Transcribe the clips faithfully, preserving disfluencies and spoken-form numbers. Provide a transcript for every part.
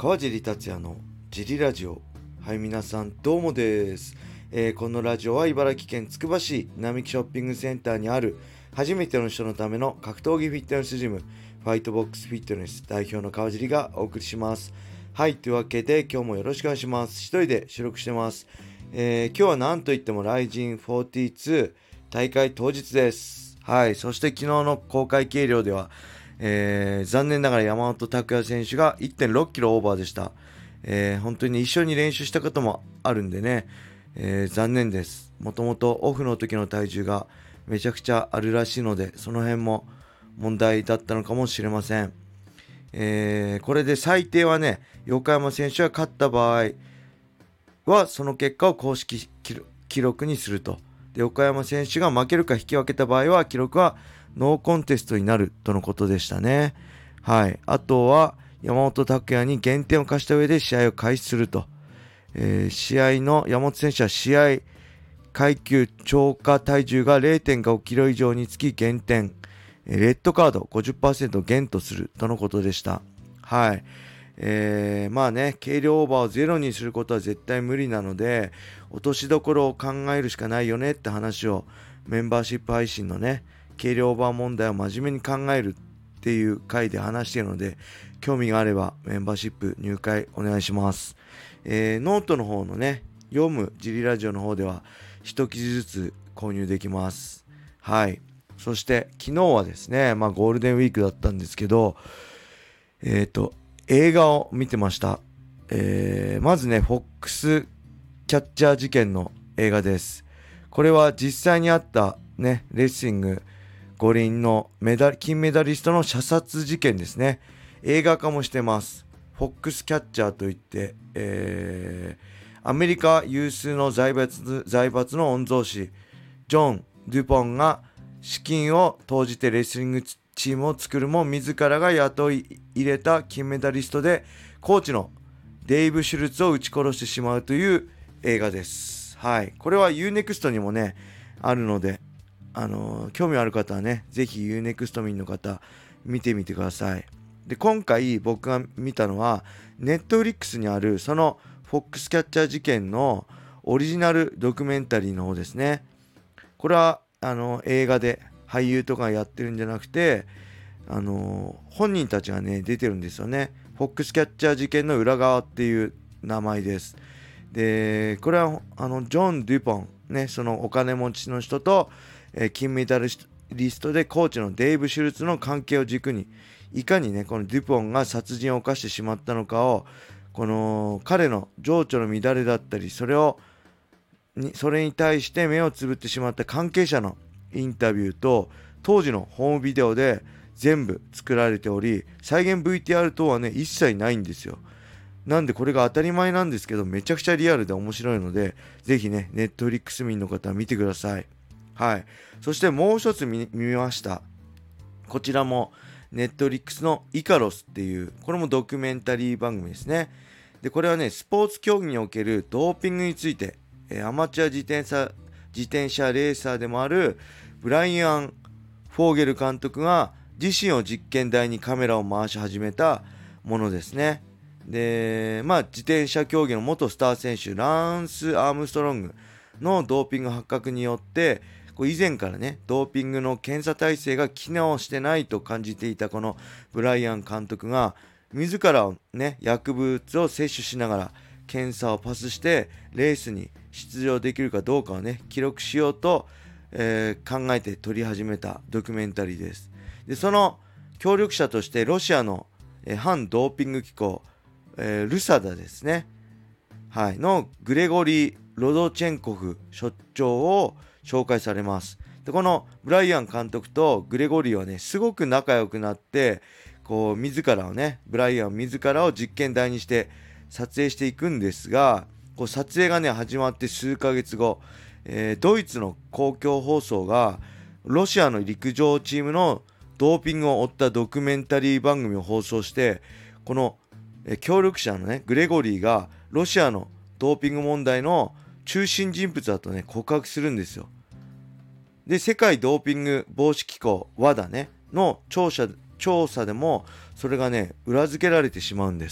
川尻達也のジリラジオ。はい、皆さんどうもです、えー、このラジオは茨城県つくば市並木ショッピングセンターにある初めての人のための格闘技フィットネスジム、ファイトボックスフィットネス代表の川尻がお送りします。はい、というわけで今日もよろしくお願いします。一人で収録してます。えー、今日は何といってもライジンフォーティーツー大会当日です。はい、そして昨日の公開計量ではえー、残念ながら山本拓也選手が いってんろっキロオーバーでした。えー、本当に一緒に練習したこともあるんでね、えー、残念です。もともとオフの時の体重がめちゃくちゃあるらしいので、その辺も問題だったのかもしれません。えー、これで最低はね、横山選手が勝った場合はその結果を公式記録にすると。で、横山選手が負けるか引き分けた場合は記録はノーコンテストになるとのことでしたね。はい。あとは山本拓也に減点を課した上で試合を開始すると。えー、試合の山本選手は試合階級超過体重が れいてんごキロ以上につき減点。レッドカード ごじゅっパーセント 減とするとのことでした。はい。えー、まあね、軽量オーバーをゼロにすることは絶対無理なので、落としどころを考えるしかないよねって話をメンバーシップ配信のね、軽量オーバー問題を真面目に考えるっていう回で話しているので、興味があればメンバーシップ入会お願いします。えー、ノートの方のね、読むジリラジオの方では一記事ずつ購入できます。はい。そして昨日はですね、まあゴールデンウィークだったんですけど、えっと、映画を見てました。えー、まずね、フォックスキャッチャー事件の映画です。これは実際にあったね、レスリング五輪のメダ金メダリストの射殺事件ですね。映画化もしてます。フォックスキャッチャーといって、えー、アメリカ有数の財閥、財閥の御曹司、ジョン・デュポンが資金を投じてレスリングチームを作るも自らが雇い入れた金メダリストでコーチのデイブ・シュルツを撃ち殺してしまうという映画です。はい。これは ユーネクスト にもね、あるので、あのー、興味ある方はね、ぜひ ユーネクスト 民の方、見てみてください。で、今回僕が見たのは、ネットフリックスにある、そのフォックスキャッチャー事件のオリジナルドキュメンタリーの方ですね。これは、あの、映画で俳優とかやってるんじゃなくて、あのー、本人たちがね、出てるんですよね。フォックスキャッチャー事件の裏側っていう名前です。で、これは、あの、ジョン・デュポン、ね、そのお金持ちの人と、えー、金メダリストでコーチのデイブ・シュルツの関係を軸に、いかにね、このデュポンが殺人を犯してしまったのかを、この彼の情緒の乱れだったり、それを、にそれに対して目をつぶってしまった関係者のインタビューと、当時のホームビデオで全部作られており、再現 ブイティーアール 等はね、一切ないんですよ。なんでこれが当たり前なんですけど、めちゃくちゃリアルで面白いので、ぜひね、ネットフリックス民の方は見てください。はい。そしてもう一つ 見, 見ました。こちらもネットフリックスのイカロスっていう、これもドキュメンタリー番組ですね。で、これはね、スポーツ競技におけるドーピングについて、えー、アマチュア自転車、自転車レーサーでもあるブライアン・フォーゲル監督が自身を実験台にカメラを回し始めたものですね。で、まあ、自転車競技の元スター選手、ランス・アームストロングのドーピング発覚によって、こう以前からね、ドーピングの検査体制が機能してないと感じていたこのブライアン監督が、自らね、薬物を摂取しながら検査をパスしてレースに出場できるかどうかをね、記録しようと、えー、考えて撮り始めたドキュメンタリーです。で、その協力者としてロシアの、えー、反ドーピング機構、えー、ルサダですね、はい、のグレゴリー・ロドチェンコフ所長を紹介されます。で、このブライアン監督とグレゴリーはね、すごく仲良くなって、こう自らをね、ブライアン自らを実験台にして撮影していくんですが、こう撮影がね始まって数ヶ月後、えー、ドイツの公共放送がロシアの陸上チームのドーピングを追ったドキュメンタリー番組を放送して、この、えー、協力者のねグレゴリーがロシアのドーピング問題の中心人物だとね告白するんですよ。で、世界ドーピング防止機構 ワダ ねの調査調査でもそれがね裏付けられてしまうんです。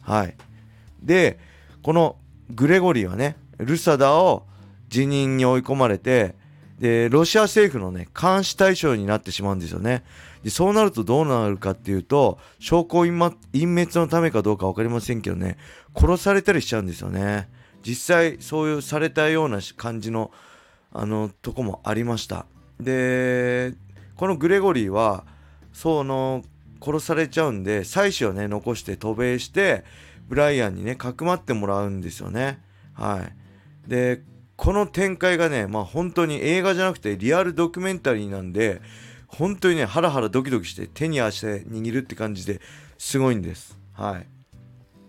はい。で、このグレゴリーはね、ルサダを辞任に追い込まれて、で、ロシア政府のね、監視対象になってしまうんですよね。で、そうなるとどうなるかっていうと、証拠隠滅のためかどうか分かりませんけどね、殺されたりしちゃうんですよね。実際、そういうされたような感じの、あの、とこもありました。で、このグレゴリーは、その、殺されちゃうんで、妻子をね、残して渡米して、ブライアンにね、かくまってもらうんですよね。はい。で、この展開がね、まあ本当に映画じゃなくてリアルドキュメンタリーなんで、本当にね、ハラハラドキドキして手に足で握るって感じですごいんです。はい。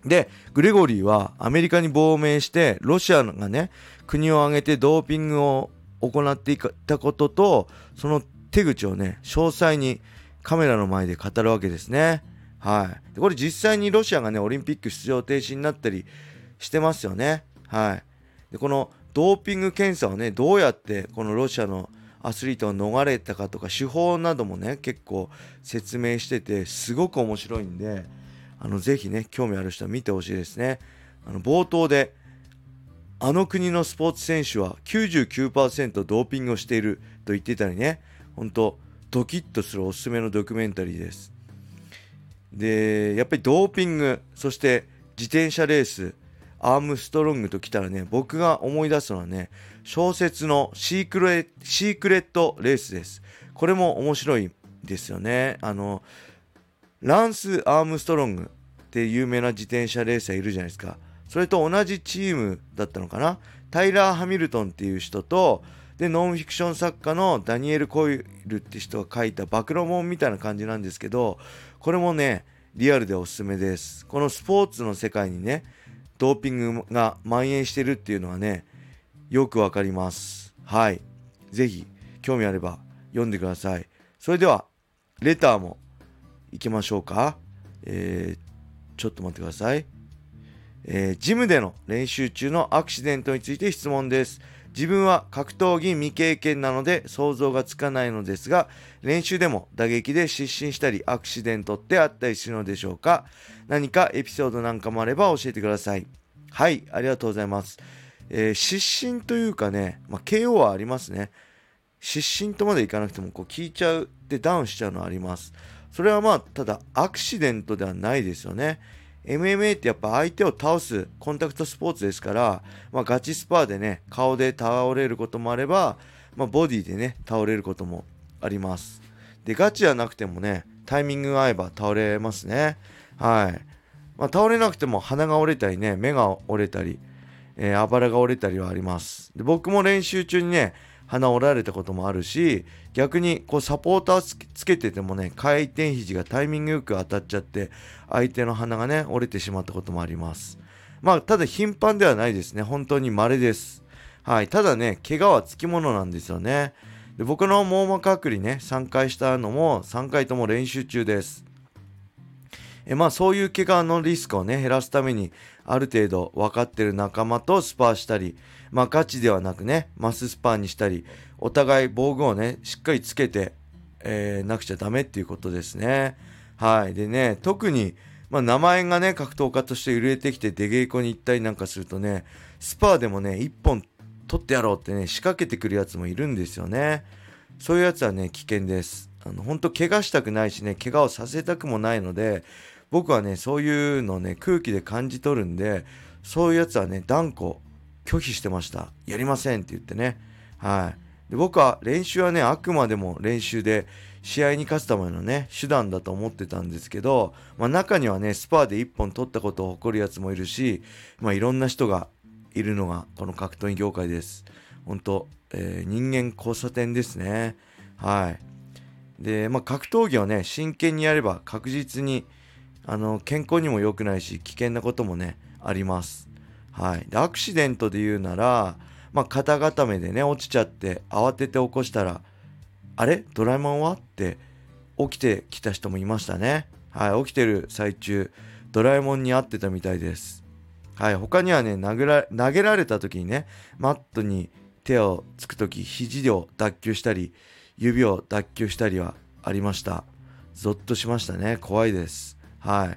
で、グレゴリーはアメリカに亡命して、ロシアがね、国を挙げてドーピングを行っていたことと、その手口をね、詳細にカメラの前で語るわけですね。はい。でこれ実際にロシアがね、オリンピック出場停止になったりしてますよね。はい。で、このドーピング検査をね、どうやってこのロシアのアスリートを逃れたかとか手法などもね、結構説明しててすごく面白いんで、あのぜひね、興味ある人は見てほしいですね。あの冒頭で、あの国のスポーツ選手は きゅうじゅうきゅうパーセント ドーピングをしていると言ってたりね、ほんとドキッとするおすすめのドキュメンタリーです。で、やっぱりドーピング、そして自転車レース、アームストロングときたらね、僕が思い出すのはね、小説のシークレシークレットレースです。これも面白いですよね。あの、ランス・アームストロングって有名な自転車レーサーいるじゃないですか。それと同じチームだったのかな。タイラー・ハミルトンっていう人と、で、ノンフィクション作家のダニエル・コイルって人が書いた暴露本みたいな感じなんですけど、これもね、リアルでおすすめです。このスポーツの世界にね、ドーピングが蔓延してるっていうのはね、よくわかります。はい。ぜひ、興味あれば読んでください。それでは、レターも行きましょうか。えー、ちょっと待ってください。えー、ジムでの練習中のアクシデントについて質問です。自分は格闘技未経験なので想像がつかないのですが、練習でも打撃で失神したりアクシデントってあったりするのでしょうか。何かエピソードなんかもあれば教えてください。はい、ありがとうございます。えー、失神というかね、まあ、ケーオー はありますね。失神とまでいかなくてもこう効いちゃうでダウンしちゃうのはあります。それはまあただアクシデントではないですよね。エムエムエー ってやっぱ相手を倒すコンタクトスポーツですから、まあ、ガチスパーでね顔で倒れることもあれば、まあ、ボディでね倒れることもあります。でガチじゃなくてもねタイミングが合えば倒れますね。はい。まあ、倒れなくても鼻が折れたりね目が折れたり、えー、あばらが折れたりはあります。で僕も練習中にね鼻折られたこともあるし、逆にこうサポーターつけててもね回転肘がタイミングよく当たっちゃって相手の鼻がね折れてしまったこともあります。まあただ頻繁ではないですね。本当に稀です。はい。ただね怪我はつきものなんですよね。で僕の網膜剥離ねさんかいしたのもさんかいとも練習中です。えまあそういう怪我のリスクをね減らすためにある程度分かってる仲間とスパーしたり、まあガチではなくねマススパーにしたり、お互い防具をねしっかりつけて、えー、なくちゃダメっていうことですね。はいでね特にまあ名前がね格闘家として売れてきて出稽古に行ったりなんかするとねスパーでもね一本取ってやろうってね仕掛けてくるやつもいるんですよね。そういうやつはね危険です。あの本当怪我したくないしね怪我をさせたくもないので、僕はねそういうのね空気で感じ取るんで、そういうやつはね断固拒否してました。やりませんって言ってね。はいで僕は練習はねあくまでも練習で試合に勝つためのね手段だと思ってたんですけど、まあ、中にはねスパーでいっぽん取ったことを誇るやつもいるし、まあ、いろんな人がいるのがこの格闘技業界です。本当、えー、人間交差点ですね。はいでまあ格闘技をね真剣にやれば確実にあの健康にも良くないし危険なこともねあります。はい、でアクシデントで言うなら、まあ、肩固めでね落ちちゃって慌てて起こしたら、あれドラえもんはって起きてきた人もいましたね。はい、起きてる最中ドラえもんに会ってたみたいです。はい、他にはね投げら投げられた時にねマットに手をつく時肘を脱臼したり指を脱臼したりはありました。ゾッとしましたね。怖いです。はい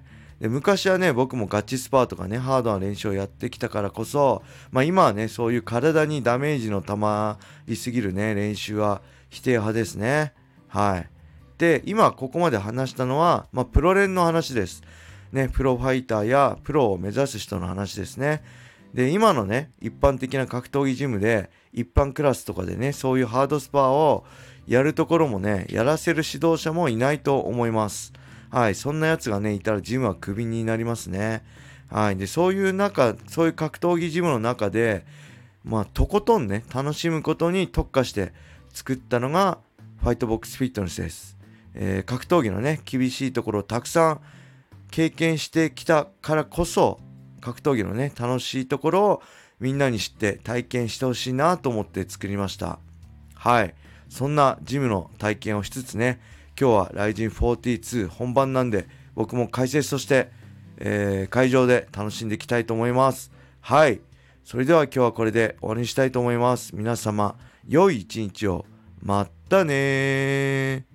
で昔はね、僕もガチスパーとかね、ハードな練習をやってきたからこそ、まあ今はね、そういう体にダメージのたまりすぎるね、練習は否定派ですね。はい。で、今ここまで話したのは、まあプロ練の話です。ね、プロファイターやプロを目指す人の話ですね。で、今のね、一般的な格闘技ジムで、一般クラスとかでね、そういうハードスパーをやるところもね、やらせる指導者もいないと思います。はい、そんなやつがね、いたらジムはクビになりますね。はい、で、そういう中、そういう格闘技ジムの中で、まあ、とことんね、楽しむことに特化して作ったのが、ファイトボックスフィットネスです。えー格闘技のね、厳しいところをたくさん経験してきたからこそ、格闘技のね、楽しいところをみんなに知って体験してほしいなと思って作りました。はい。そんなジムの体験をしつつね、今日は ライジンフォーティーツー 本番なんで、僕も解説として、えー会場で楽しんでいきたいと思います。はい。それでは今日はこれで終わりにしたいと思います。皆様、良い一日を。まったねー。